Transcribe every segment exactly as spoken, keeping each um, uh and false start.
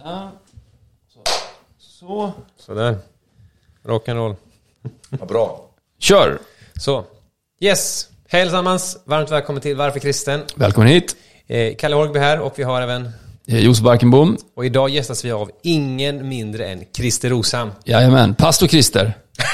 Ja. Så. Så. Sådär. Rock'n'roll. Vad bra. Kör! Så. Yes. Hej allesammans. Varmt välkommen till Varför Kristen. Välkommen hit. Eh, Kalle Horgby här och vi har även... Josef Barkenbom. Och idag gästas vi av ingen mindre än Christer Rosam. Jajamän. Pastor Christer.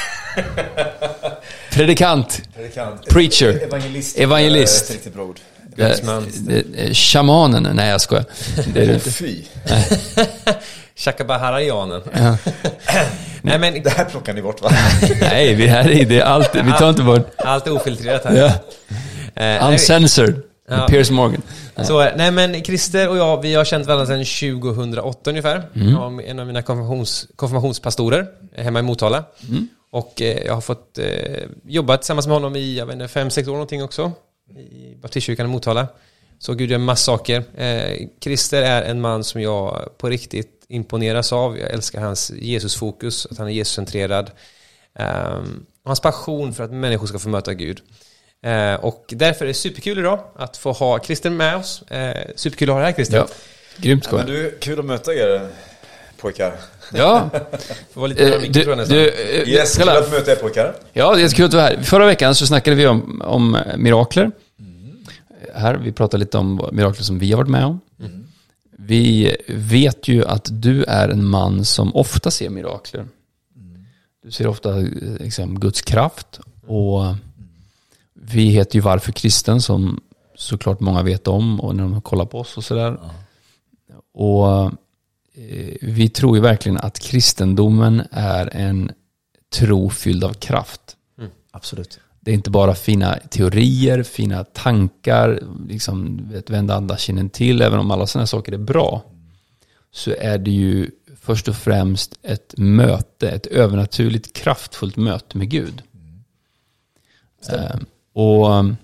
Predikant. Predikant. Preacher. Evangelist. Evangelist. Ett riktigt bra ord. Eh, Shamanen. Nej, jag skojar. Det är det inte. Fy. Chakabaharajanen. Ja. Nej, men Det här plockar ni bort, va? Nej, vi här är det är allt. Vi tar inte bort. allt är ofiltrerat här. Ja. Eh, nej, Uncensored. Ja. Piers Morgan. så, nej men Christer och jag, vi har känt varandra sedan tjugohundraåtta ungefär. Mm. Jag är en av mina konfirmations, konfirmationspastorer hemma i Motala. Mm. Och eh, jag har fått eh, jobba tillsammans med honom i, jag vet inte, fem, sex år någonting också. I Baptistkyrkan i Motala. Så Gud gör en massa saker. Eh, Christer är en man som jag på riktigt imponeras av. Jag älskar hans Jesusfokus, att han är Jesuscentrerad. Um, och hans passion för att människor ska få möta Gud. Uh, och därför är det superkul idag att få ha Christer med oss. Uh, superkul att ha dig här, Christer. Ja. Grymt Ja, skoj. men du, kul att möta er pojkar. Ja. Får vara lite Eh, uh, du, du, eh, Yes, kul kolla. att möta er pojkar. Ja, det är så kul att du är här. Förra veckan så snackade vi om, om mirakler. Mm. Här, vi pratade lite om mirakler som vi har varit med om. Mm. Vi vet ju att du är en man som ofta ser mirakler. Mm. Du ser ofta liksom, Guds kraft. Och vi heter ju Varför Kristen, som såklart många vet om och när de kollar på oss och sådär. Ja. Och eh, vi tror ju verkligen att kristendomen är en tro fylld av kraft. Mm. Absolut. Det är inte bara fina teorier, fina tankar, liksom vet, vända andra kinden till, även om alla sådana saker är bra. Så är det ju först och främst ett möte, ett övernaturligt kraftfullt möte med Gud. Mm. Um, och um,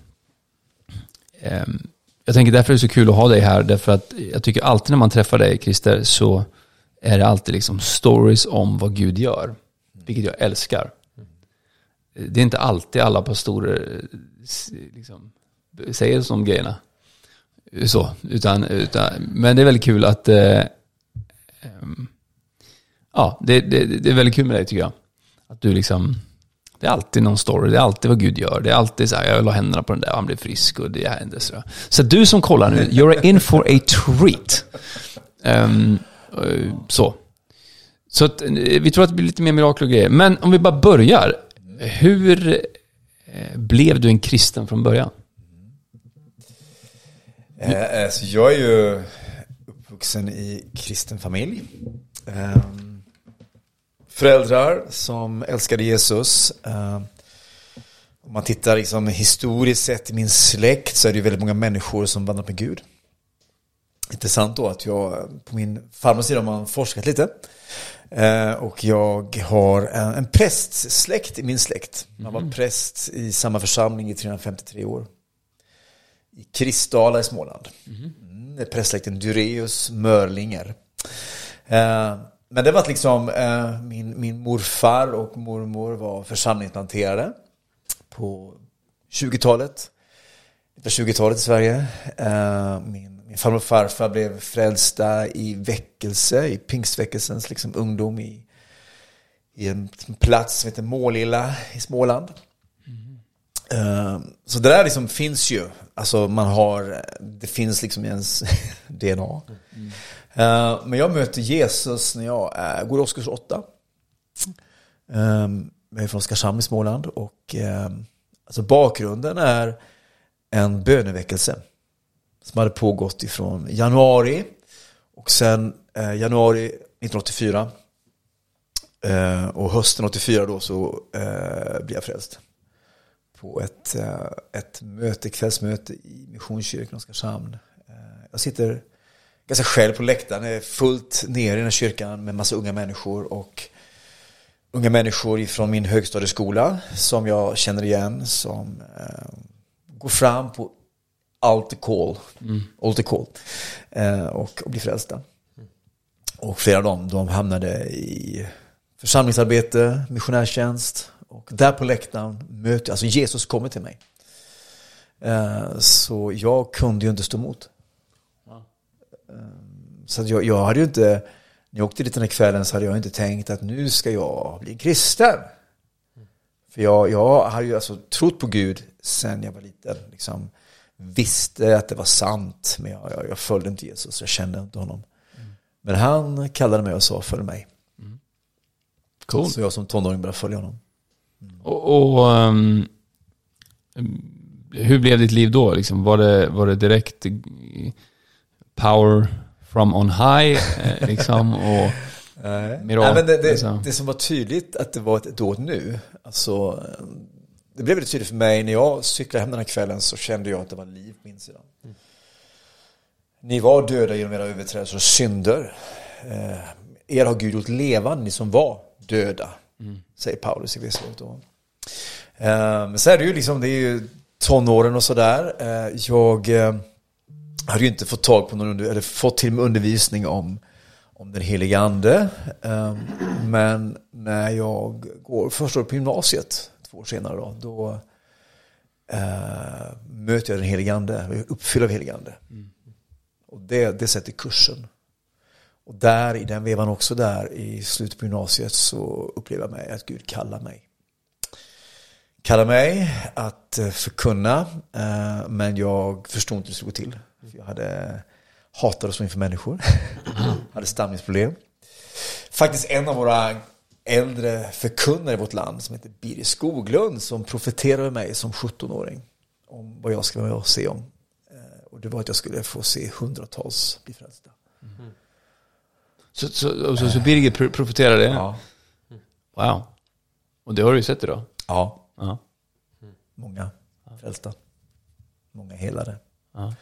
jag tänker därför är det så kul att ha dig här, därför att jag tycker alltid när man träffar dig, Christer, så är det alltid liksom stories om vad Gud gör, vilket jag älskar. Det är inte alltid alla pastorer liksom säger som grejerna så, utan, utan men det är väldigt kul att eh, ja, det, det, det är väldigt kul med dig, tycker jag, att du liksom, det är alltid någon story, det är alltid vad Gud gör, det är alltid så här, jag vill ha händerna på den där, han blir frisk och det händer så. Så du som kollar nu, you're in for a treat. Um, så så att, vi tror att det blir lite mer mirakel och grejer, men om vi bara börjar. Hur blev du en kristen från början? Eh, så jag är ju uppvuxen i kristen familj. Eh, föräldrar som älskade Jesus. Eh, om man tittar liksom historiskt sett i min släkt, så är det ju väldigt många människor som vandrar med Gud. Intressant då att jag på min farmors sida har man forskat lite. Uh, och jag har en, en prästsläkt i min släkt. Man var präst i samma församling i trehundrafemtiotre år. I Kristdala i Småland. Mm. Mm, prästsläkten Dureus Mörlinger. Uh, men det var liksom uh, min, min morfar och mormor var församlingsplanterare på tjugotalet. Det var tjugotalet i Sverige. Uh, min Min farmor och farfar blev frälsta i väckelse, i pingstväckelsens liksom ungdom i, i en plats som heter Målilla i Småland. Mm. Uh, så det där liksom finns ju, alltså man har, det finns liksom i ens D N A. Mm. Uh, men jag möter Jesus när jag uh, går i årskurs åtta. Um, jag är från Oskarshamn i Småland och uh, alltså bakgrunden är en böneväckelse som hade pågått ifrån januari och sen eh, januari nittonhundraåttiofyra eh, och hösten åttiofyra då så eh, blev jag frälst på ett, eh, ett möte, kvällsmöte i Missionskyrkan i Oskarshamn. Eh, jag sitter ganska själv på läktaren, jag är fullt nere i den här kyrkan med massa unga människor och unga människor från min högstadieskola som jag känner igen, som eh, går fram på allt call, mm. allt call eh, och, och blir frälsta. Mm. Och flera av dem, de hamnade i församlingsarbete, missionärstjänst, och där på läktaren möter, alltså Jesus kommer till mig. Eh, så jag kunde ju inte stå emot. Wow. Eh, så att jag, jag hade ju inte när jag åkte dit den här kvällen så hade jag inte tänkt att nu ska jag bli en kristen. För jag, jag hade ju alltså trott på Gud sen jag var liten. Liksom, visste att det var sant, men jag, jag, jag följde inte Jesus, jag kände inte honom. Mm. Men han kallade mig och sa, följ mig. Mm. Cool. Så jag som tonåring började följa honom. Mm. Och, och um, hur blev ditt liv då? Liksom, var, det, var det direkt power from on high? liksom, och Nej. Mirakel, Nej, men det, det, liksom. det som var tydligt att det var ett då och nu, alltså, det blev väldigt tydligt för mig när jag cyklade hem den här kvällen, så kände jag att det var liv på insidan. Mm. Ni var döda genom era överträdelser och synder. Eh, er har Gud gjort levande, ni som var döda, mm. säger Paulus i Efesierbrevet. Eh, men så är det ju liksom, det är ju tonåren och sådär. Eh, jag eh, hade ju inte fått tag på någon under, eller fått till mig undervisning om om den heliga ande. Um, men när jag går första året på gymnasiet, två år senare då, då uh, möter jag den heliga ande. Jag är uppfylld av heliga ande. Mm. Och det, det sätter kursen. Och där, i den vevan också där, i slutet på gymnasiet, så upplever jag mig att Gud kallar mig. Kallar mig att förkunna, uh, men jag förstod inte hur det skulle gå till. För jag hade hatade att stå inför människor. Hade stamningsproblem. Faktiskt en av våra äldre förkunnare i vårt land som heter Birger Skoglund, som profeterade mig som sjuttonåring om vad jag skulle vara och se om. Och det var att jag skulle få se hundratals bli frälsta. Mm. Så, så, så, så Birger profeterade det? Ja. Wow. Och det har du ju sett idag? Ja. Ja. Många frälsta. Många helade. Ja.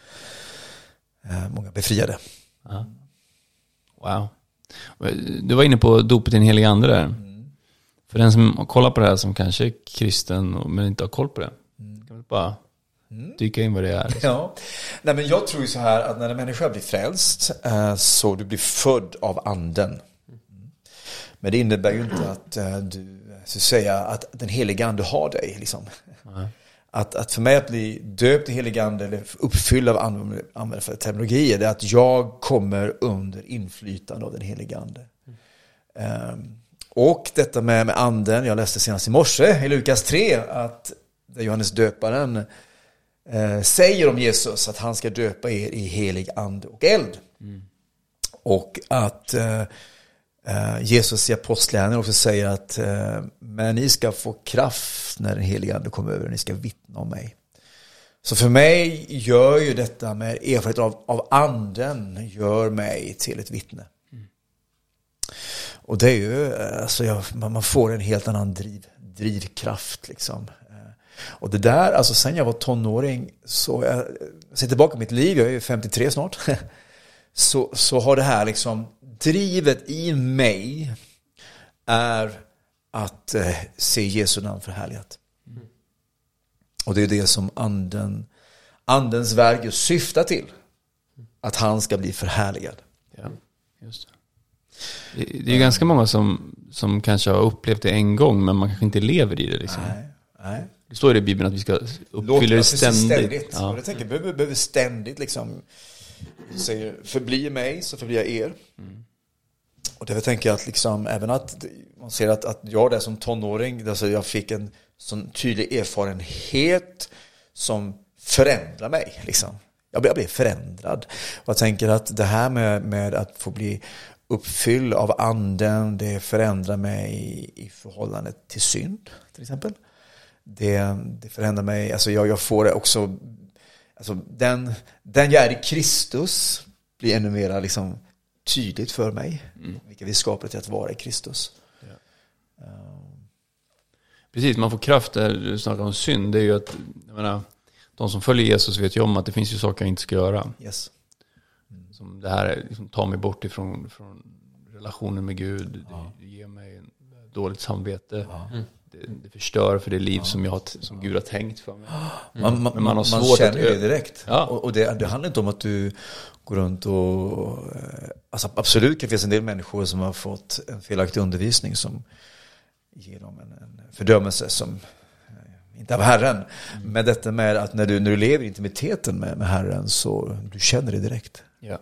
Många befriade. Ja. Wow. Du var inne på dopet i den heliga ande där. Mm. För den som kollar på det här som kanske är kristen men inte har koll på det. Mm. Kan vi bara mm. dyka in vad det är? Liksom. Ja. Nej, men jag tror ju så här att när en människa blir frälst så du blir född av anden. Mm. Men det innebär ju inte att du så säga att den heliga ande har dig liksom. Mm. Att, att för mig att bli döpt i helig ande eller uppfylld av användande för terminologier, det är att jag kommer under inflytande av den heliga ande. Mm. Um, och detta med, med anden, jag läste senast i morse i Lukas tre att där Johannes döparen uh, säger om Jesus att han ska döpa er i helig ande och eld. Mm. Och att uh, uh, Jesus i apostlagärningarna också säger att uh, men ni ska få kraft när den heliga ande kommer över och ni ska vittna om mig. Så för mig gör ju detta med erfarenhet av, av anden gör mig till ett vittne. Mm. Och det är ju, alltså jag, man får en helt annan driv, drivkraft liksom. Och det där, alltså sen jag var tonåring, så jag, jag ser tillbaka på mitt liv, jag är ju femtiotre snart, så, så har det här liksom, drivet i mig är att eh, se Jesu namn förhärligat. Mm. Och det är det som anden, andens verk syftar till. Att han ska bli förhärligad. Ja, just det. Det, det är ju ganska många som, som kanske har upplevt det en gång, men man kanske inte lever i det. Liksom. Nej, nej. Det står i Bibeln att vi ska uppfylla det ständigt. ständigt. Ja. Och jag tänker, behöver, behöver ständigt liksom, säger, förbli mig så förblir jag er. Mm. Och därför tänker jag att liksom, även att man ser att, att jag där som tonåring, alltså jag fick en sån tydlig erfarenhet som förändrar mig. Liksom. Jag blev, jag blev förändrad. Och jag tänker att det här med, med att få bli uppfylld av anden, det förändrar mig i, i förhållande till synd, till exempel. Det, det förändrar mig, alltså jag, jag får det också, alltså den, den jag är i Kristus blir ännu mer liksom tydligt för mig. Mm. Vilka vi skapar till att vara i Kristus. Ja. Um. Precis, man får kraft där du snackar om synd. Det är ju att, jag menar, de som följer Jesus vet ju om att det finns ju saker jag inte ska göra. Yes. Mm. Som det här liksom, tar mig bort ifrån från relationen med Gud. Ja. Det, det ger mig en dåligt samvete. Ja. Mm. Det, det förstör för det liv ja. som, jag har, som Gud har tänkt för mig. Mm. Man, man, Men man, har svårt man känner att, det direkt. Ja. Och, och det, det handlar inte om att du går runt och... Alltså absolut kan det finnas en del människor som har fått en felaktig undervisning som ger dem en, en fördömelse som inte av Herren. Mm. Men detta med att när du, när du lever i intimiteten med, med Herren så du känner det direkt. Ja. Mm.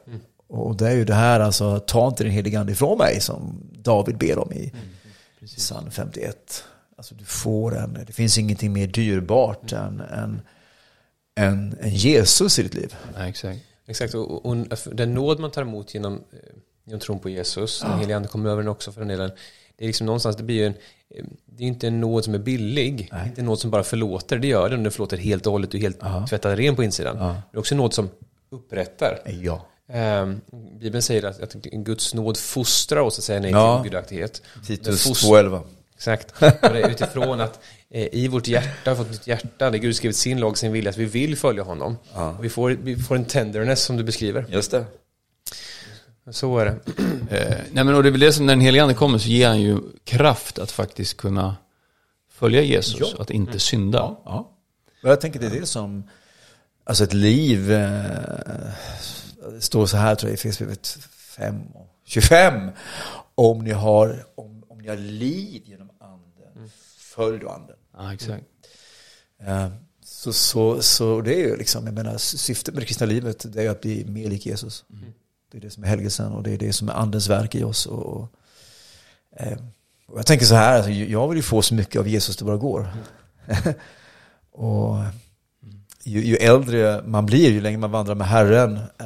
Och det är ju det här, alltså, ta inte den heliga ande ifrån mig, som David ber om i mm, psalm femtioett. Alltså du får en, det finns ingenting mer dyrbart mm. än, än, än, än Jesus i ditt liv. Ja, exakt. Exakt, och, och den nåd man tar emot genom, genom tron på Jesus, ja. Den heliga ande kommer över den också för den delen. Det är liksom någonstans, det blir ju en, det är inte en nåd som är billig. Nej. Inte en nåd som bara förlåter, det gör den. Den förlåter helt och hållet och helt ja. Tvättar ren på insidan. Ja. Det är också en nåd som upprättar. Ja. Um, Bibeln säger att, att Guds nåd fostrar oss att säga nej ja. Till ogudaktighet. Titus två elva. Exakt. Och det är utifrån att eh, i vårt hjärta har fått ett hjärta där Gud skrivit sin lag, sin vilja, att vi vill följa honom. Ja. Och vi får, vi får en tenderness som du beskriver. Just det. Så är det. eh, nej men och det är väl det som när den helige ande kommer, så ger han ju kraft att faktiskt kunna följa Jesus, ja. Att inte mm. synda. Ja, ja. Men jag tänker det är det som, alltså ett liv, eh, det står så här tror jag i Efesierbrevet fem och tjugofem, om ni har om, om ni har liv genom anden, mm. följ då anden. Ja, exakt. Eh, så, så, så det är ju liksom, jag menar, syftet med det kristna livet, det är att bli mer lik Jesus. Mm. Det är det som är helgelsen och det är det som är andens verk i oss. Och, och, eh, och jag tänker så här, alltså, jag vill ju få så mycket av Jesus det bara går. Mm. och ju, ju äldre man blir, ju längre man vandrar med Herren, eh,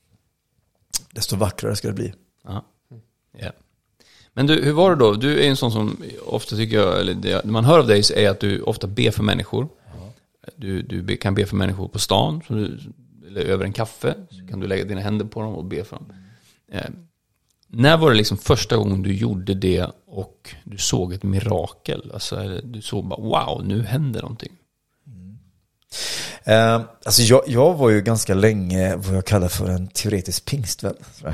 desto vackrare ska det bli. Ja. Yeah. Men du, hur var det då? Du är en sån som ofta tycker jag, eller det man hör av dig så är att du ofta ber för människor. Ja. Du, du kan be för människor på stan, så du, eller över en kaffe, så kan du lägga dina händer på dem och be för dem. Eh, när var det liksom första gången du gjorde det och du såg ett mirakel? Alltså, du såg bara, wow, nu händer någonting. Mm. Eh, alltså jag, jag var ju ganska länge vad jag kallar för en teoretisk pingstvän.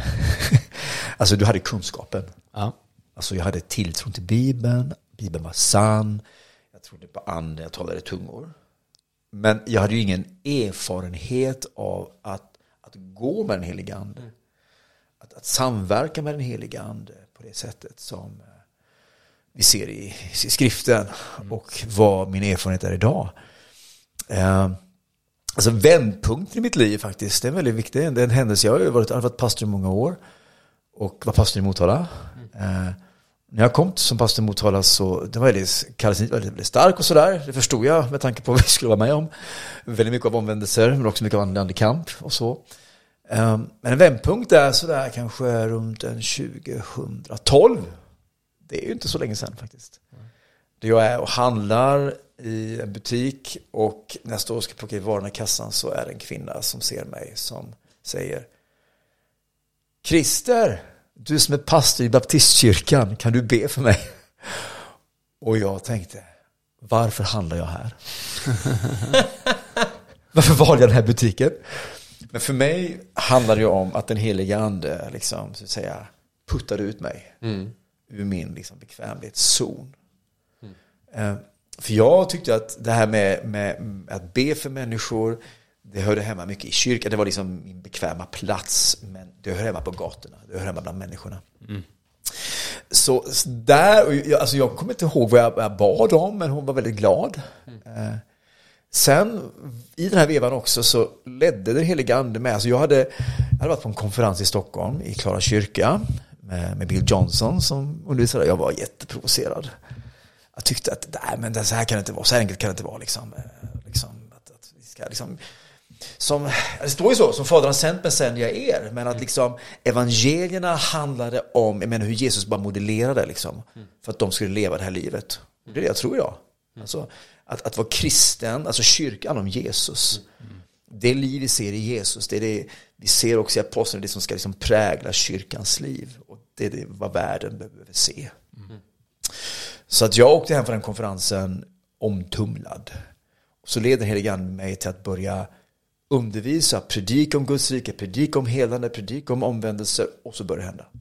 Alltså du hade kunskapen. Ja. Alltså jag hade tilltron till Bibeln. Bibeln var sann. Jag trodde på anden, jag talade tungor. Men jag hade ju ingen erfarenhet av att, att gå med den heliga ande. Mm. Att, att samverka med den heliga ande på det sättet som vi ser i, i skriften. Mm. Och vad min erfarenhet är idag. Eh, alltså vändpunkten i mitt liv faktiskt, det är väldigt viktigt. Det är en händelse. Jag har varit, jag har varit pastor i många år. Och var pastor i Motala. Mm. Eh, När jag kom som pastor i Motala så det var väldigt, kallelsen var väldigt stark och sådär. Det förstod jag med tanke på vad vi skulle vara med om. Väldigt mycket av omvändelser, men också mycket av andlig kamp och så. Um, men en vändpunkt är sådär kanske runt en tjugohundratolv. Det är ju inte så länge sedan faktiskt. Mm. Där jag är och handlar i en butik och när jag står och ska plocka i varorna i kassan så är det en kvinna som ser mig som säger: Christer, du som är pastor i baptistkyrkan, kan du be för mig? Och jag tänkte, varför handlar jag här? Varför valde jag den här butiken? Men för mig handlar det om att den heliga ande liksom, så att säga, puttade ut mig mm. ur min liksom, bekvämlighetszon. Mm. Uh, för jag tyckte att det här med, med att be för människor, det hörde hemma mycket i kyrkan. Det var liksom min bekväma plats. Men det hör hemma på gatorna. Det hör hemma bland människorna. Mm. Så där, och jag, alltså jag kommer inte ihåg vad jag, jag bad om. Men hon var väldigt glad. Mm. Eh, sen i den här vevan också så ledde den heliga ande med. Alltså jag, hade, jag hade varit på en konferens i Stockholm. I Klara kyrka. Med, med Bill Johnson som undervisade. Jag var jätteprovocerad. Jag tyckte att nej, men det, så här kan det inte vara. Så här enkelt kan det inte vara. Liksom, liksom, att, att vi ska liksom... Som, det står ju så, som Fadern har sänt mig sänder jag er. Men att liksom evangelierna handlade om, jag menar hur Jesus bara modellerade liksom, mm. för att de skulle leva det här livet. Det är det jag tror jag. Mm. Alltså, att, att vara kristen, alltså kyrkan om Jesus. Mm. Mm. Det liv vi ser i Jesus, det är det vi ser också i aposteln, det som ska liksom prägla kyrkans liv. Och det är det vad världen behöver se. Mm. Så att jag åkte hem från den konferensen omtumlad. Och så leder heligan mig till att börja undervisa, predika om Guds rike, predika om helande, predika om omvändelse, och så börjar det hända.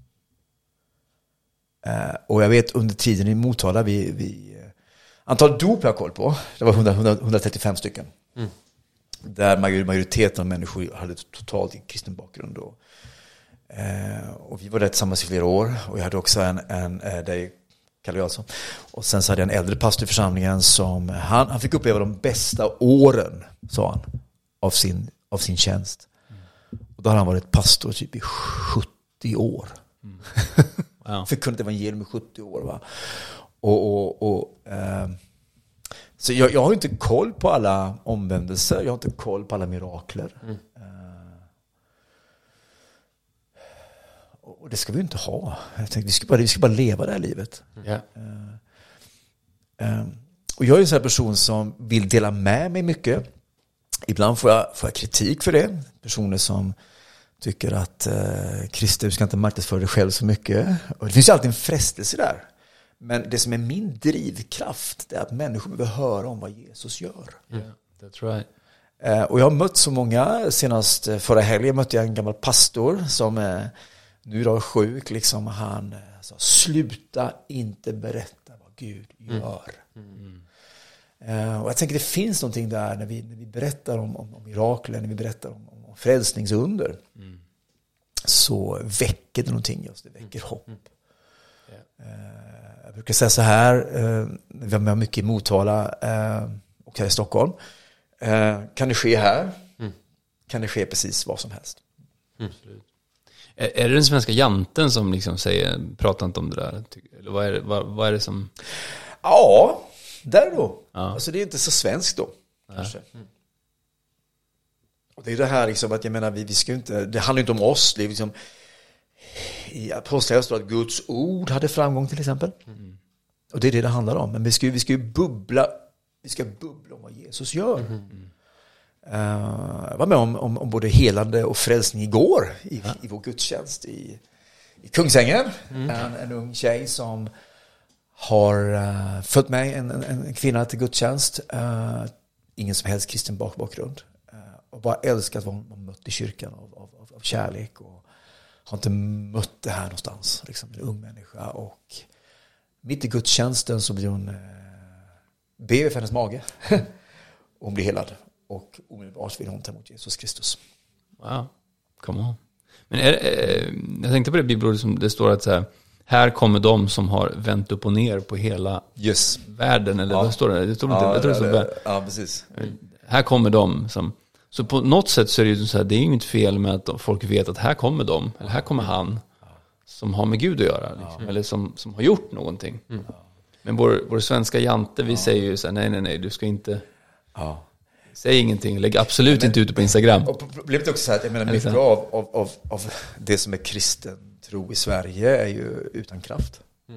Uh, och jag vet under tiden i Motala, vi, vi, uh, antal dop jag har koll på, det var hundra, hundra, hundratrettiofem stycken. Mm. Där majoriteten av människor hade totalt kristen bakgrund. Och, uh, och vi var där tillsammans i flera år. Och jag hade också en, en uh, där Kalle Jansson. Och sen så hade jag en äldre pastor i församlingen som, han, han fick uppleva de bästa åren, sa han, av sin, av sin tjänst. Mm. Och då har han varit pastor typ i sjuttio år. Mm. Wow. Förkunnat evangelium i sjuttio år, va? Och, och, och eh, så jag, jag har inte koll på alla omvändelser. Jag har inte koll på alla mirakler. Mm. Eh, och det ska vi inte ha. Jag tänkte, vi ska bara, vi ska bara leva det här livet. Yeah. Eh, eh, och jag är en sån här person som vill dela med mig mycket. Ibland får jag, får jag kritik för det. Personer som tycker att eh, Christer, du ska inte marknadsföra dig själv så mycket. Och det finns ju alltid en frestelse där. Men det som är min drivkraft, det är att människor behöver höra om vad Jesus gör. Yeah, that's right. Eh, och jag har mött så många. Senast eh, förra helgen mötte jag en gammal pastor som eh, nu är sjuk. Liksom, han eh, sa, sluta inte berätta vad Gud gör. Mm. Mm. Uh, och jag tänker det finns någonting där när vi, när vi berättar om, om, om mirakler, när vi berättar om, om, om frälsningsunder, mm. så väcker det någonting i oss, det väcker mm. hopp. Mm. Yeah. Uh, jag brukar säga så här, uh, vi har med mycket i Motala uh, och här i Stockholm. Uh, kan det ske här? Mm. Kan det ske precis vad som helst? Mm. Är, är det den svenska janten som liksom säger, pratar inte om det där? Eller vad är det, vad, vad är det som... Ja, där då. Ja. Alltså det är inte så svenskt då. Kanske. Mm. Och det är det här liksom att jag menar vi, vi ska inte, det handlar inte om oss. Det är liksom, i Apostlagärningarna står att Guds ord hade framgång till exempel. Mm. Och det är det det handlar om. Men vi ska, vi ska ju bubbla, vi ska bubbla om vad Jesus gör. Mm. Mm. Uh, jag var med om, om, om både helande och frälsning igår i, ja. i vår gudstjänst i, i Kungsängen. Mm. En, en ung tjej som har uh, fått mig en, en, en kvinna till gudstjänst. Uh, ingen som helst kristen bakgrund. Uh, och bara älskat vad hon, hon mött i kyrkan av, av, av, av kärlek. Och har inte mött det här någonstans. Liksom en ung människa. Och mitt i gudstjänsten så blir hon uh, ber för hennes mage. Och hon blir helad. Och omedelbart vill hon ta emot Jesus Kristus. Wow, come on. Men är, eh, jag tänkte på det bibelordet som det står att så här, här kommer de som har vänt upp och ner på hela yes. världen. Eller ja. vad står det? Det står inte, ja, jag tror det står det, ja, precis. Här kommer de som... Så på något sätt så är det ju så här, det är inget fel med att folk vet att här kommer de, eller här kommer han som har med Gud att göra. Liksom, ja. Eller som, som har gjort någonting. Mm. Men vår, vår svenska jante, vi ja. säger ju så här, nej, nej, nej, du ska inte... Ja. Säg ingenting, lägg absolut men, inte ut på Instagram. Och problemet är också så här, jag menar, mycket av, av, av, av det som är kristen tro i Sverige är ju utan kraft. Mm.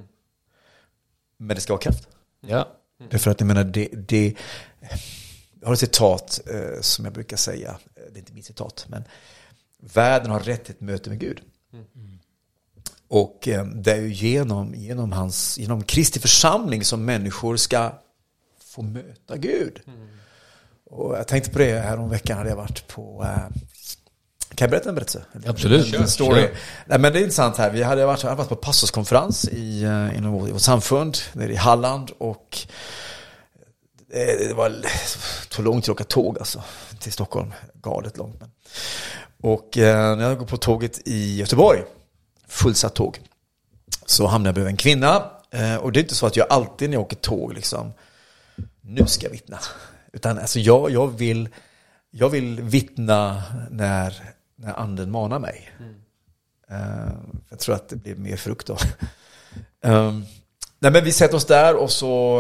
Men det ska ha kraft. Ja. Mm. Därför att jag menar, det, det jag har ett citat eh, som jag brukar säga, det är inte mitt citat, men världen har rätt till ett möte med Gud. Mm. Och eh, det är ju genom, genom, hans, genom Kristi församling som människor ska få möta Gud. Mm. Och jag tänkte på det här om veckan hade jag varit på... Äh, kan jag berätta en berättelse? Absolut. En story. Nej, men det är intressant här. Vi hade varit, hade varit på pastorskonferens i, uh, inom vårt, vårt samfund nere i Halland. Och det, det var så långt till att åka tåg alltså, till Stockholm. Galet långt. Men. Och uh, när jag går på tåget i Göteborg, fullsatt tåg, så hamnar jag bredvid en kvinna. Uh, och det är inte så att jag alltid när jag åker tåg liksom, nu ska jag vittna. Utan alltså jag, jag, vill, jag vill vittna när, när anden manar mig. Mm. Uh, jag tror att det blir mer frukt då. um, nej men vi sätter oss där och så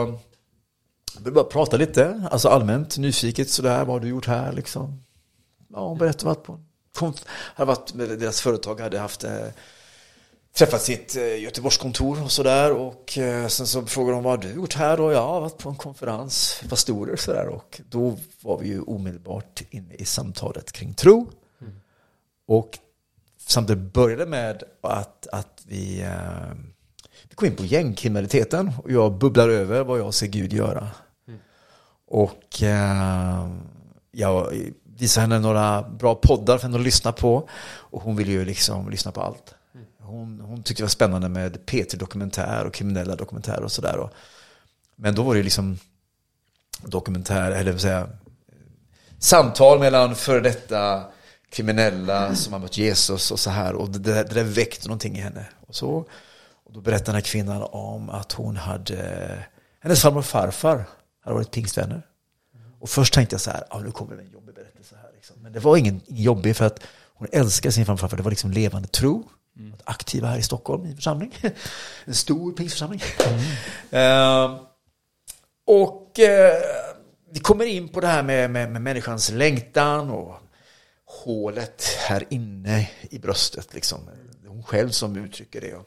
vi bara prata lite. Alltså allmänt nyfiket sådär. Vad har du gjort här liksom? Ja, hon berättade varit på konf- hade varit med deras företag. Hade haft eh, träffat sitt eh, Göteborgskontor och sådär. Och eh, sen så frågade de vad har du gjort här? Och jag har varit på en konferens, pastorer sådär. Och då var vi ju omedelbart inne i samtalet kring tro. Mm. Och samtidigt började med att, att vi, eh, vi kom in på gängkriminaliteten. Och jag bubblar över vad jag ser Gud göra. Mm. Och eh, jag visade henne några bra poddar för henne att lyssna på. Och hon ville ju liksom lyssna på allt. Hon, hon tyckte det var spännande med P T-dokumentär och kriminella dokumentärer och sådär. Men då var det liksom dokumentär, eller vill säga samtal mellan före detta kriminella som har mött Jesus och så här. Och det, det där väckte någonting i henne. Och, så, och då berättade den här kvinnan om att hon hade, hennes farmor och farfar hade varit pingstvänner. Och först tänkte jag så här, ja, nu kommer det en jobbig berättelse här. Liksom. Men det var ingen jobbig, för att hon älskar sin farfar, för det var liksom levande tro. Mm. Aktiva här i Stockholm i församling. En stor pingsförsamling. Mm. uh, och uh, vi kommer in på det här med, med, med människans längtan och hålet här inne i bröstet. Liksom. Hon själv som uttrycker det.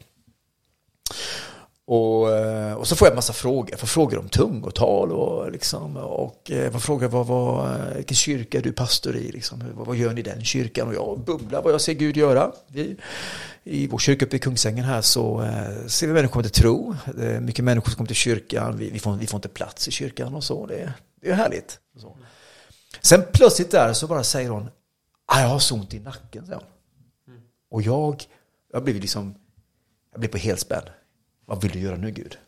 Och, och så får jag en massa frågor. Jag får frågor om tungotal och, liksom, och jag får frågor vad, vad, vilken kyrka är du pastor i? Liksom, vad, vad gör ni i den kyrkan? Och jag bubblar vad jag ser Gud göra. Vi, i vår kyrka uppe i Kungsängen här så eh, ser vi människor komma till tro. Det är mycket människor som kommer till kyrkan. Vi, vi, får, vi får inte plats i kyrkan och så. Det, det är härligt. Så. Sen plötsligt där så bara säger hon, ah, jag har så ont i nacken. Så. Mm. Och jag, jag blev liksom, jag blev på helspänn. Vad vill du göra nu, Gud?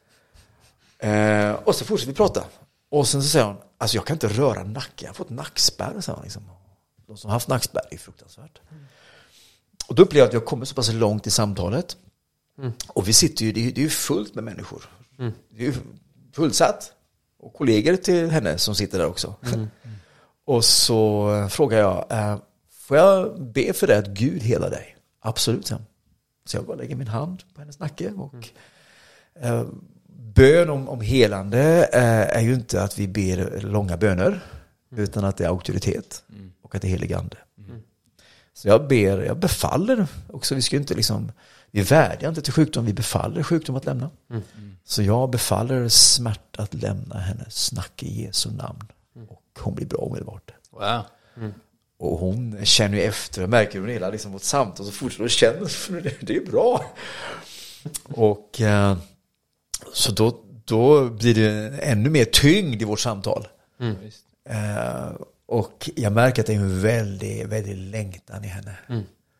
Eh, och så fortsätter vi prata. Och sen så säger hon, alltså jag kan inte röra nacken. Jag har fått nackspärr. Så liksom. De som har haft nackspärr är fruktansvärt. Mm. Och då upplever jag att jag kommer så pass långt i samtalet. Mm. Och vi sitter ju, det är, det är ju fullt med människor. Mm. Det är ju fullsatt. Och kollegor till henne som sitter där också. Mm. Mm. Och så frågar jag, eh, får jag be för det att Gud helar dig? Absolut, sen. Så jag bara lägger min hand på hennes nacke. Och mm. eh, bön om, om helande eh, är ju inte att vi ber långa böner. Mm. Utan att det är auktoritet. Mm. Och att det är helig ande. Mm. Så jag ber, jag befaller också. Vi ska inte liksom, vi vädjar inte till sjukdom. Vi befaller sjukdom att lämna. Mm. Mm. Så jag befaller smärta att lämna hennes nacke i Jesu namn. Mm. Och hon blir bra omedelbart. Wow. Mm. Och hon känner ju efter, jag märker hon hela liksom mot samtal så fortsätter och känner, det är ju bra. Och eh, så då, då blir det ännu mer tyngd i vårt samtal. Mm. Eh, och jag märker att det är en väldigt, väldigt längtan i henne. Mm.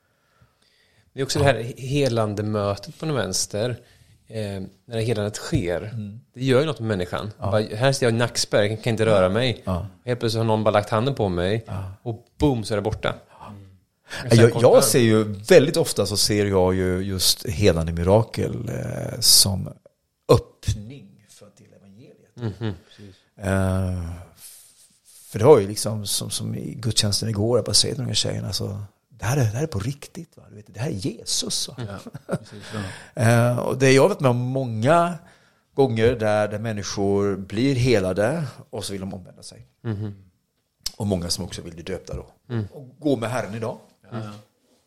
Det är också ja. Det här helande mötet på den vänster. Eh, när det helandet sker, mm. det gör ju något med människan. Ja. Bara, här ser jag nackspärr, jag kan inte röra mig. Ja. Helt plötsligt har någon bara lagt handen på mig ja. Och boom så är det borta. Mm. Jag, jag ser ju väldigt ofta så ser jag ju just helande mirakel eh, som öppning för till evangeliet. Mm-hmm. Eh, för det var ju liksom som, som i gudstjänsten igår, jag bara säger till de här tjejerna så Det här, är, det här är på riktigt. Va? Du vet, det här är Jesus. Va? Ja, precis, ja. uh, och det jag har varit med om många gånger där, där människor blir helade och så vill de omvända sig. Mm-hmm. Och många som också vill bli döpta då. Mm. Och gå med Herren idag. Ja, ja.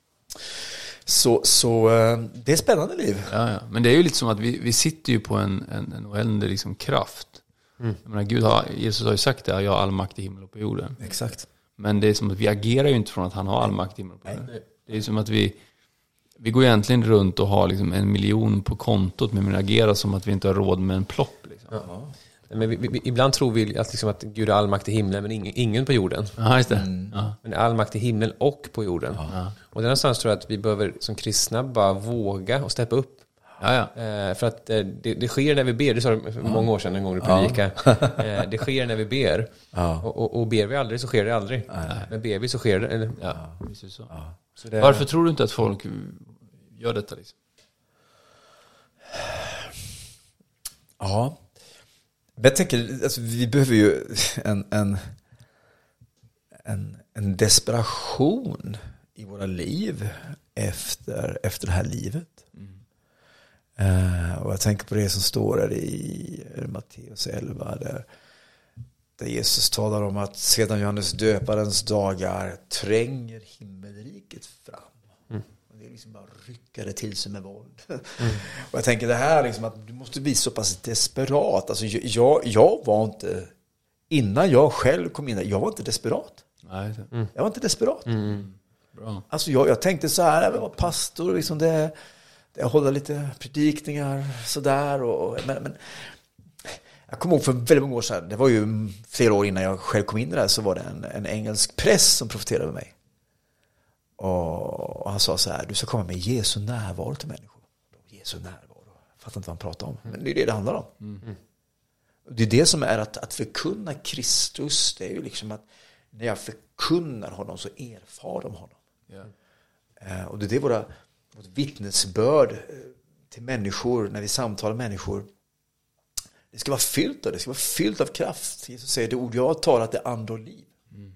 Så, så uh, det är spännande liv. Ja, ja. Men det är ju lite som att vi, vi sitter ju på en, en, en oändlig liksom kraft. Mm. Jag menar, Gud har, Jesus har ju sagt det, jag har all makt i himmel och på jorden. Exakt. Men det är som att vi agerar ju inte från att han har all makt i himmel och på jorden. Det är som att vi vi går egentligen runt och har liksom en miljon på kontot, men vi agerar som att vi inte har råd med en plopp. Liksom. Ja. Men vi, vi, ibland tror vi att, liksom att Gud har all makt i himlen men ingen, ingen på jorden. Ja, just det. Mm. Ja. Men all makt i himlen och på jorden. Ja. Och det är någonstans tror jag att vi behöver som kristna bara våga och steppa upp. Ja, ja. Eh, för att eh, det, det sker när vi ber. Det sa du för många år sedan en gång du predikade. Ja. eh, det sker när vi ber. Ja. Och, och, och ber vi aldrig så sker det aldrig. Nej. Men ber vi så sker det. Eller? Ja, precis så. Ja. Så det, varför tror du inte att folk gör detta liksom? Ja. Jag tänker, alltså, vi behöver ju en, en, en, en desperation i våra liv efter, efter det här livet. Mm. Uh, och jag tänker på det som står där i Matteus elva där, där Jesus talar om att sedan Johannes döparens dagar tränger himmelriket fram. Mm. Och det är liksom bara rycka det till sig med våld. Mm. Och jag tänker det här liksom att du måste bli så pass desperat. Alltså jag, jag var inte, innan jag själv kom in där, jag var inte desperat. Nej. Mm. Jag var inte desperat. Mm. Bra. Alltså jag, jag tänkte så här, jag var pastor liksom det. Jag håller lite predikningar sådär. Och, men, men jag kommer ihåg för väldigt många år sedan, det var ju flera år innan jag själv kom in där, så var det en, en engelsk präst som profeterade med mig. Och, och han sa så här, du ska komma med Jesu närvaro till människor. Jesu närvaro, jag fattar inte vad han pratar om. Men det är det det handlar om. Mm. Det är det som är att, att förkunna Kristus, det är ju liksom att när jag förkunnar honom så erfar de honom. Yeah. Uh, och det är det våra vårt vittnesbörd till människor, när vi samtalar med människor, Det ska vara fyllt av det, ska vara fyllt av kraft. Jesus säger, det ord jag har talat är ande och liv. Mm.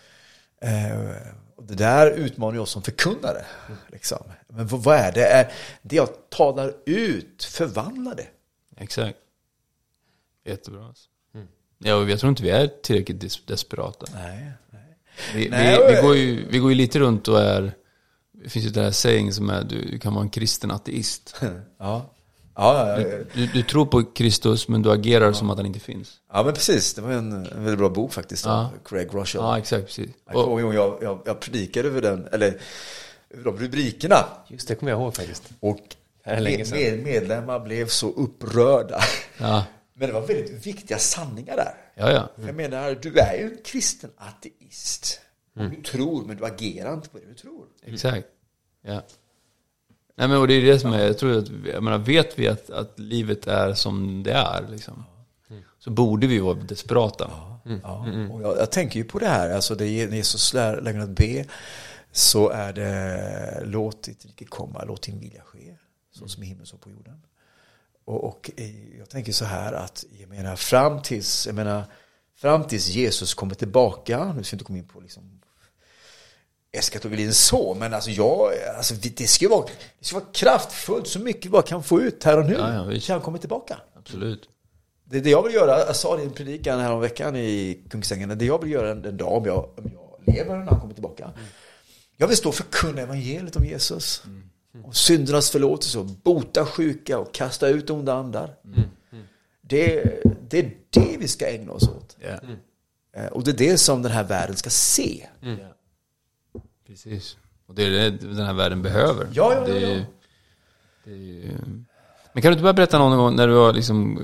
Eh, och det där utmanar oss som förkunnare. Mm. Liksom. Men vad, vad är det? Är det jag talar ut, förvandlar det. Exakt. Jättebra. Alltså. Mm. Ja, och jag tror inte vi är tillräckligt des- desperata. Nej, nej. Vi, nej vi, vi, går ju, vi går ju lite runt och är... Det finns ju det här saying som är du, du kan vara en kristen ateist. Ja. Ja, ja, ja. Du, du, du tror på Kristus men du agerar ja. som att han inte finns. Ja, men precis. Det var en, en väldigt bra bok faktiskt. Ja. Craig Rochelle. Ja, exakt. Precis. Och, och jag, jag, jag predikade över den, eller över de rubrikerna. Just det kommer jag ihåg faktiskt. Och med, med, medlemmar blev så upprörda. Ja. Men det var väldigt viktiga sanningar där. Ja, ja. Mm. Jag menar, du är ju en kristen ateist. Mm. Du tror, men du agerar inte på det du tror. Exakt. Ja. Nej, men och det är det som är, jag tror att, jag menar, vet vi att, att livet är som det är liksom, mm. så borde vi vara desperata. Ja, mm. ja. Mm. Och jag, jag tänker ju på det här, alltså det är Jesus lär längre att be, så är det låt ditt rike komma, låt din vilja ske, så som i himlen så på jorden. Och, och jag tänker så här att, jag menar, fram tills, jag menar, fram tills Jesus kommer tillbaka, nu ska jag inte komma in på liksom eskatologin så, men alltså jag, alltså det ska ju vara, det ska vara kraftfullt så mycket vi bara kan få ut här och nu. Ja, ja, vi kan komma tillbaka. Absolut. Det är det jag vill göra. Jag sa det i en predikan här om veckan i Kungsängen. Det jag vill göra en dag om jag, om jag lever när han kommer tillbaka. Mm. Jag vill stå och förkunna evangeliet om Jesus. Mm. Mm. Om syndernas förlåtelse och bota sjuka och kasta ut onda andar. Mm. Mm. Det, det är det vi ska ägna oss åt. Yeah. Mm. Och det är det som den här världen ska se. Mm. Precis. Och det är det den här världen behöver. Ja, ja, ja. Det är, det är, men kan du inte bara berätta någon gång när du har liksom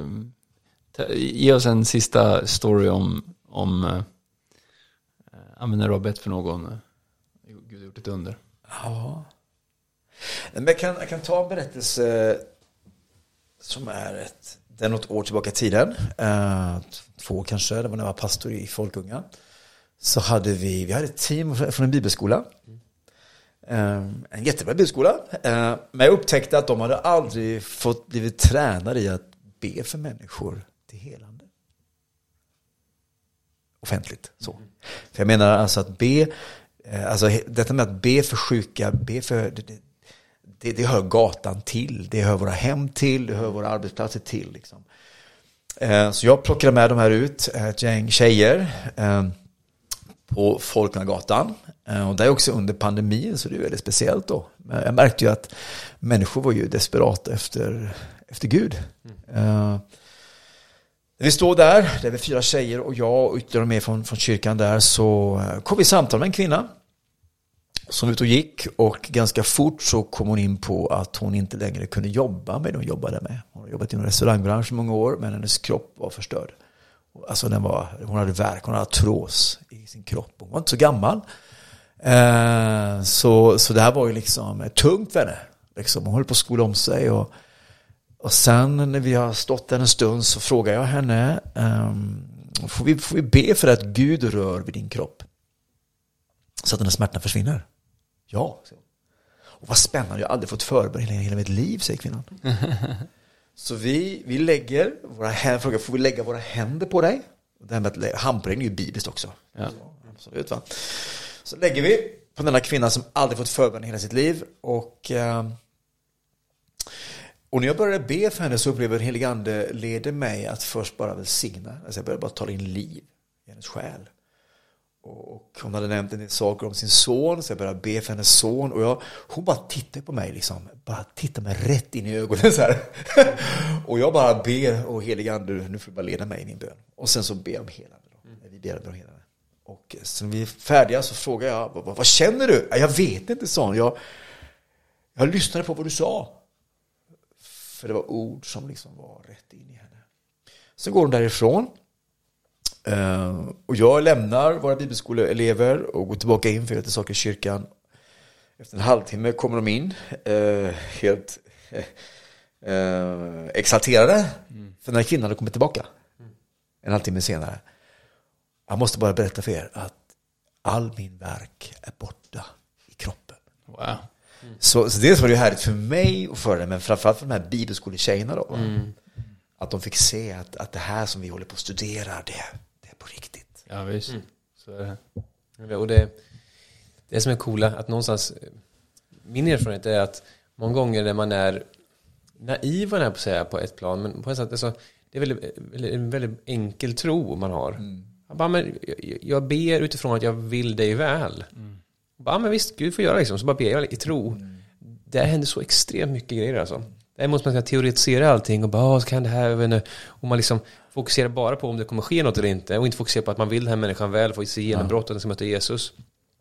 äh, ge oss en sista story om om äh, när du har bett för någon äh, Gud har gjort ett under. Ja. Men jag kan, jag kan ta en berättelse som är ett, det är något år tillbaka i tiden. Uh, två kanske, det var när jag var pastor i Folkunga. Så hade vi, vi hade ett team från en bibelskola. Um, en jättebra bibelskola. Uh, men jag upptäckte att de hade aldrig fått blivit tränade i att be för människor till helande. Offentligt. Så. Mm. För jag menar alltså att be, uh, alltså detta med att be för sjuka, be för, det, det, det hör gatan till. Det hör våra hem till, det hör våra arbetsplatser till. Liksom. Uh, så jag plockade med de här ut, ett gäng tjejer. Uh, på Folkungagatan. Och det är också under pandemin, så det är väldigt speciellt då. Men jag märkte ju att människor var ju desperata efter, efter Gud. Mm. Uh, vi står där, det är vi fyra tjejer och jag och ytterligare med från, från kyrkan där, så kom vi samtal med en kvinna som ut och gick, och ganska fort så kom hon in på att hon inte längre kunde jobba med det hon jobbade med. Hon har jobbat inom restaurangbranschen många år, men hennes kropp var förstörd. Alltså den var, hon hade värk, hon hade artros i sin kropp. Hon var inte så gammal. Eh, så, så det här var ju liksom tungt för henne. Liksom, hon höll på att skola om sig. Och, och sen när vi har stått där en stund så frågar jag henne, eh, får, vi, får vi be för att Gud rör vid din kropp? Så att den här smärtan försvinner? Ja. Och vad spännande, jag har aldrig fått förbereda hela mitt liv, säger kvinnan. Så vi, vi lägger våra händer, frågar, får vi lägga våra händer på dig? Och det här med att handpåläggning är ju bibliskt också. Ja. Så, absolut, va? Så lägger vi på denna kvinna som aldrig fått förbereda hela sitt liv. Och, eh, och när jag började be för henne så upplevde den helige ande leder mig att först bara välsigna. Alltså jag började bara tala in liv i hennes själ. Och hon hade nämnt en del saker om sin son, så jag började be för hennes son, och jag, hon bara tittade på mig liksom, bara tittade mig rätt in i ögonen så här. Och jag bara ber, och helige ande, nu får du bara leda mig i min bön. Och sen så ber jag om helande då. Mm. Vi ber om helande. Och sen vi är färdiga så frågar jag, vad, vad känner du? Jag vet inte, sån. Jag, jag lyssnade på vad du sa. För det var ord som liksom var rätt in i henne. Så går hon därifrån. Uh, och jag lämnar våra bibelskoleelever och går tillbaka in för att göra saker i kyrkan. Efter en halvtimme kommer de in uh, helt uh, exalterade mm. för när kvinnan hade kommit tillbaka mm. en halvtimme senare. Jag måste bara berätta för er att all min verk är borta i kroppen. Wow. Mm. Så, så det var det härligt för mig och för det, men framförallt för de här bibelskoletjejerna då. Mm. Att de fick se att, att det här som vi håller på att studera, det, det är på riktigt. Ja, visst. Mm. Så är det. Och det, det som är coola, att någonstans, min erfarenhet är att många gånger när man är naiv, är på att säga, på ett plan, men på ett sätt, alltså, det är väldigt, väldigt, en väldigt enkel tro man har. Mm. Jag, bara, men, jag, jag ber utifrån att jag vill dig väl. Mm. Bara, men visst, Gud får göra liksom, så bara ber jag i tro. Mm. Det händer så extremt mycket grejer alltså. Där måste man teoretisera allting och bara, så kan det här, och man liksom fokuserar bara på om det kommer ske något eller inte, och inte fokusera på att man vill den här människan väl, få se genombrott och den ska möta Jesus.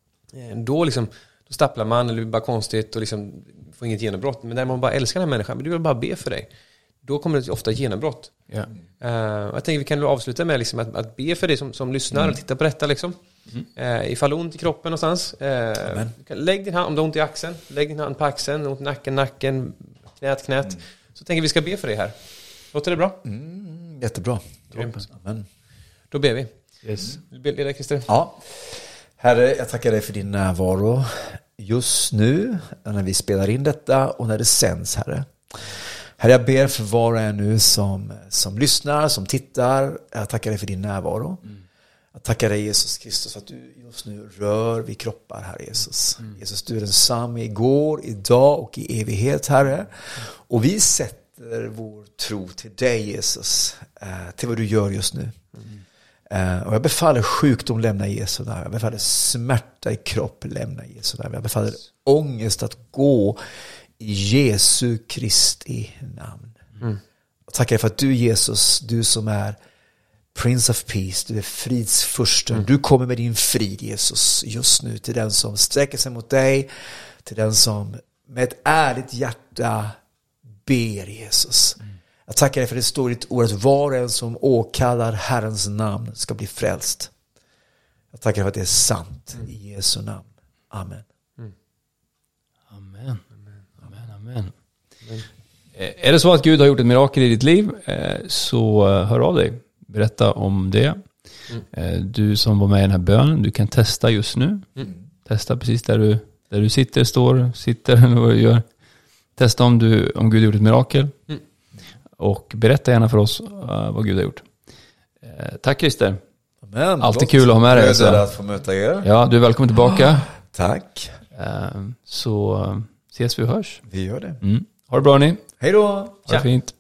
Då liksom, då stapplar man, eller det blir bara konstigt och liksom får inget genombrott. Men när man bara älskar den här människan, men du vill bara be för dig, då kommer det ofta genombrott. Yeah. Uh, jag tänker vi kan avsluta med liksom att, att be för dig som, som lyssnar mm. och tittar på detta liksom. Mm. Uh, ifall ont i kroppen någonstans, uh, lägg din hand, om du har ont i axeln, lägg din hand på axeln, ont i nacken, nacken, knät, knät. Mm. Så tänker vi ska be för dig här. Låter det bra? Mm, jättebra. Amen. Då ber vi. Yes. Vill du be dig, Christer? Ja. Herre, jag tackar dig för din närvaro just nu när vi spelar in detta och när det sänds, Herre. Herre, jag ber för var och en nu som, som lyssnar, som tittar. Jag tackar dig för din närvaro. Mm. Jag tackar dig, Jesus Kristus, att du just nu rör vid kroppar, Herre Jesus. Mm. Jesus, du är densamma igår, idag och i evighet, Herre. Mm. Och vi sätter vår tro till dig, Jesus, till vad du gör just nu. Mm. Uh, och jag befaller sjukdom, lämna Jesu där. Jag befaller smärta i kropp, lämna Jesu där. Jag befaller ångest att gå i Jesu Kristi namn. Mm. Och tackar dig för att du, Jesus, du som är Prince of Peace, du är fridsfursten. Mm. Du kommer med din frid, Jesus, just nu till den som sträcker sig mot dig, till den som med ett ärligt hjärta ber, Jesus. Mm. Jag tackar dig för det står i ditt ord att var och en som åkallar Herrens namn ska bli frälst. Jag tackar för att det är sant mm. i Jesu namn. Amen. Mm. Amen. Amen. Amen. Amen. Är det så att Gud har gjort ett mirakel i ditt liv, så hör av dig. Berätta om det. Mm. Du som var med i den här bönen, du kan testa just nu. Mm. Testa precis där du, där du sitter, står, sitter eller vad du gör. Testa om, du, om Gud har gjort ett mirakel. Mm. Och berätta gärna för oss uh, vad Gud har gjort. Uh, tack, Christer. Amen. Alltid kul att ha med dig. Jag är att få möta er. Ja, du är välkommen tillbaka. Ah, tack. Uh, så uh, ses vi och hörs. Vi gör det. Mm. Ha det bra, ni. Hej då. Ha det fint.